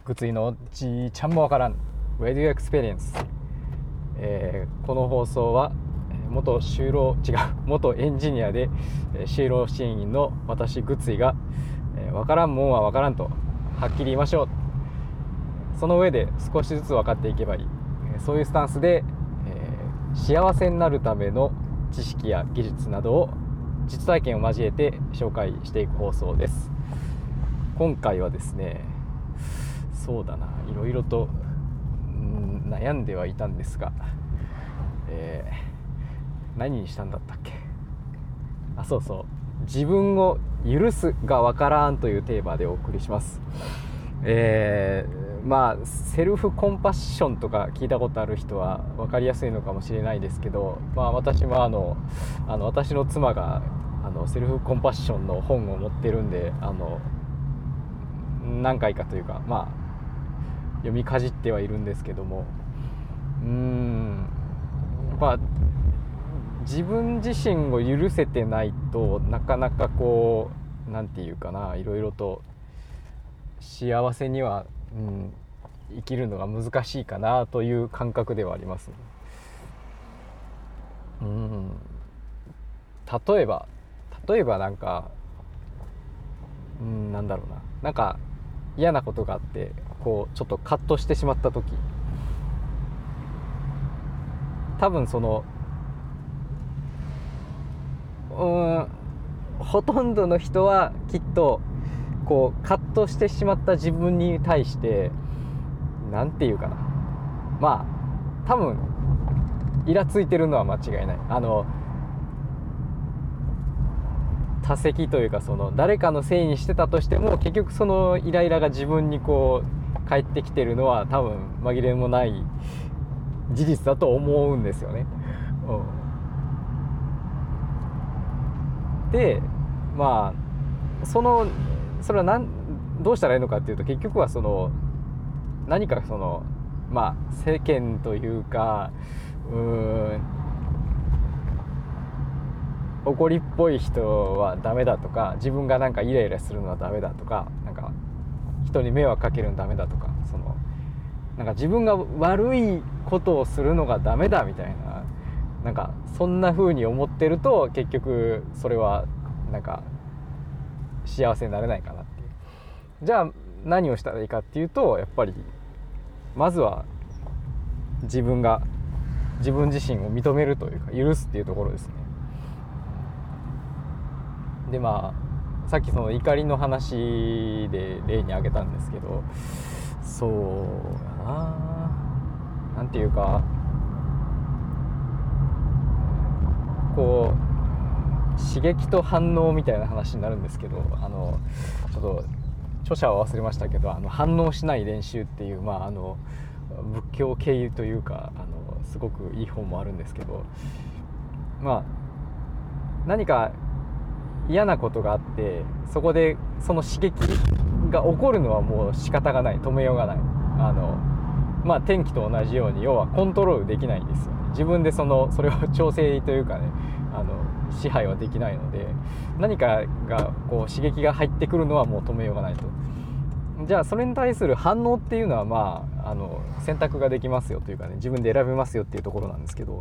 ぐついのじいちゃんもわからん Radio Experience、この放送は元エンジニアで就労支援員の私ぐついがわからんもんはわからんとはっきり言いましょう。その上で少しずつ分かっていけばいい、そういうスタンスで、幸せになるための知識や技術などを実体験を交えて紹介していく放送です。今回はですね、そうだな、いろいろと悩んではいたんですが、何にしたんだったっけ。そう自分を許すがわからんというテーマでお送りします。セルフコンパッションとか聞いたことある人は分かりやすいのかもしれないですけど、私も私の妻がセルフコンパッションの本を持ってるんで、何回かというか読みかじってはいるんですけども、自分自身を許せてないとなかなかこうなんていうかな、いろいろと幸せには、生きるのが難しいかなという感覚ではあります。例えばなんかなんだろうな、なんか嫌なことがあってこうちょっとカッとしてしまった時、多分ほとんどの人はきっとこうカッとしてしまった自分に対してなんていうかな、多分イラついてるのは間違いない。他責というか誰かのせいにしてたとしても結局そのイライラが自分にこう返ってきてるのは多分紛れもない事実だと思うんですよね。でそれはどうしたらいいのかっていうと、結局は何か世間というか怒りっぽい人はダメだとか、自分がなんかイライラするのはダメだとか、なんか人に迷惑かけるのダメだとか、なんか自分が悪いことをするのがダメだみたいな、なんかそんな風に思ってると結局それはなんか幸せになれないかなっていう。じゃあ何をしたらいいかっていうと、やっぱりまずは自分自身を認めるというか許すっていうところですね。でさっき怒りの話で例に挙げたんですけど、そうやな、なんていうかこう刺激と反応みたいな話になるんですけど、ちょっと著者は忘れましたけど、反応しない練習っていう、仏教経由というかすごくいい本もあるんですけど、何か嫌なことがあってそこでその刺激が起こるのはもう仕方がない、止めようがない。天気と同じように要はコントロールできないんですよね。自分でそれを調整というかね、支配はできないので、何かがこう刺激が入ってくるのはもう止めようがないと。じゃあそれに対する反応っていうのは選択ができますよというかね、自分で選べますよっていうところなんですけど、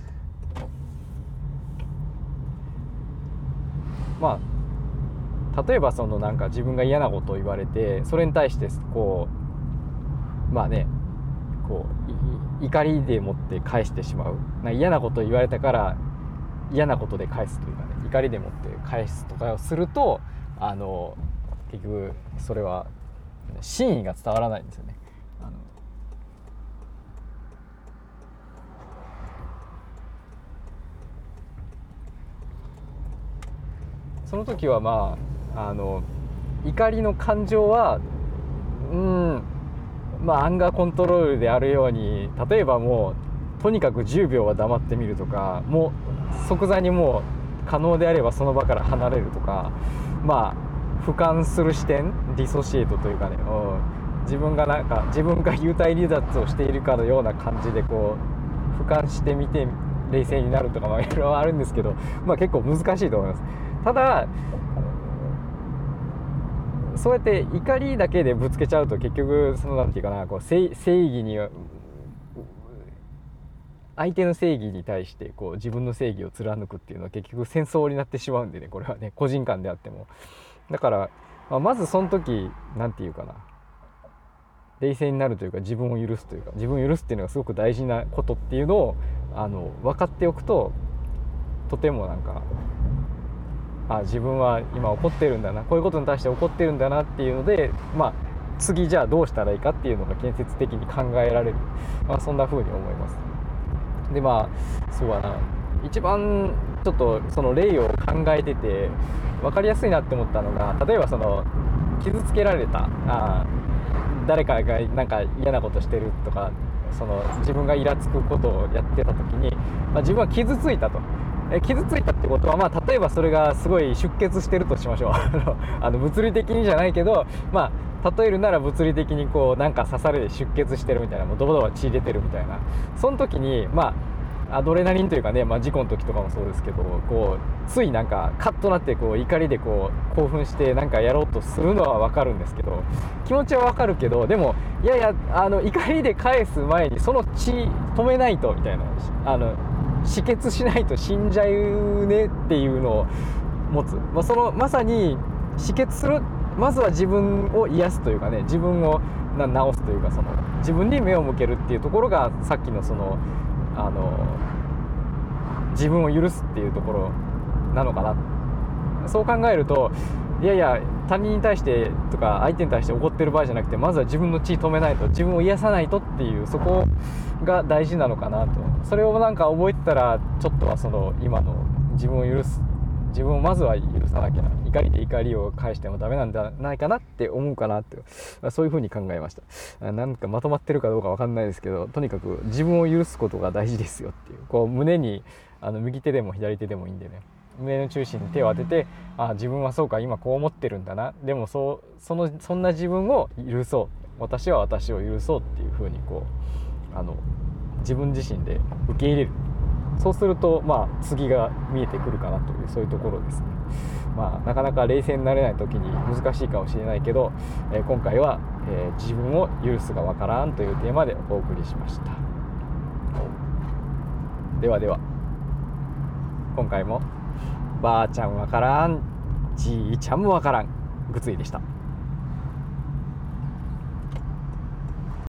例えばなんか自分が嫌なことを言われて、それに対してこう怒りでもって返してしまう。嫌なことを言われたから嫌なことで返すというかね、怒りでもって返すとかをすると結局それは真意が伝わらないんですよね。その時は怒りの感情はアンガーコントロールであるように、例えばもうとにかく10秒は黙ってみるとか、もう即座にもう可能であればその場から離れるとか、俯瞰する視点、ディソシエイトというかね、自分が幽体離脱をしているかのような感じでこう俯瞰してみて冷静になるとかいろいろあるんですけど、結構難しいと思います。ただそうやって怒りだけでぶつけちゃうと結局そのなんていうかな、こう正義に相手の正義に対してこう自分の正義を貫くっていうのは結局戦争になってしまうんでね、これはね個人間であっても。だから、まずその時なんていうかな、冷静になるというか、自分を許すというか、自分を許すっていうのがすごく大事なことっていうのを分かっておくと、とてもなんか自分は今怒ってるんだな、こういうことに対して怒ってるんだなっていうので、次じゃあどうしたらいいかっていうのが建設的に考えられる、そんな風に思います。でそうだな、一番ちょっとその例を考えてて分かりやすいなって思ったのが、例えばその傷つけられた、誰かがなんか嫌なことしてるとか、その自分がイラつくことをやってた時に、自分は傷ついたと。傷ついたってことは、例えばそれがすごい出血してるとしましょう物理的にじゃないけど、例えるなら物理的にこうなんか刺されて出血してるみたいな、もうドバドバ血出てるみたいな、その時にアドレナリンというかね、事故の時とかもそうですけど、こうついなんかカッとなってこう怒りでこう興奮してなんかやろうとするのは分かるんですけど、気持ちは分かるけど、でもいやいや怒りで返す前にその血止めないとみたいな、止血しないと死んじゃうねっていうのを持つ、そのまさに止血する、まずは自分を癒すというかね、自分を治すというか、その自分に目を向けるっていうところがさっきのその自分を許すっていうところなのかな。そう考えると、いやいや他人に対してとか相手に対して怒ってる場合じゃなくて、まずは自分の血止めないと、自分を癒さないとっていう、そこが大事なのかなと。それをなんか覚えてたら、ちょっとはその今の自分を許す、自分をまずは許さなきゃな、怒りで怒りを返してもダメなんじゃないかなって思うかなって、そういう風に考えました。なんかまとまってるかどうかわかんないですけど、とにかく自分を許すことが大事ですよっていう、こう胸に右手でも左手でもいいんでね、胸の中心に手を当てて、自分はそうか、今こう思ってるんだな、でもそんな自分を許そう、私は私を許そうっていう風にこう自分自身で受け入れる。そうすると次が見えてくるかなという、そういうところですね。なかなか冷静になれない時に難しいかもしれないけど、今回は、自分を許すがわからんというテーマでお送りしました。ではでは、今回もばあちゃんわからん、じいちゃんもわからん、ぐついでした。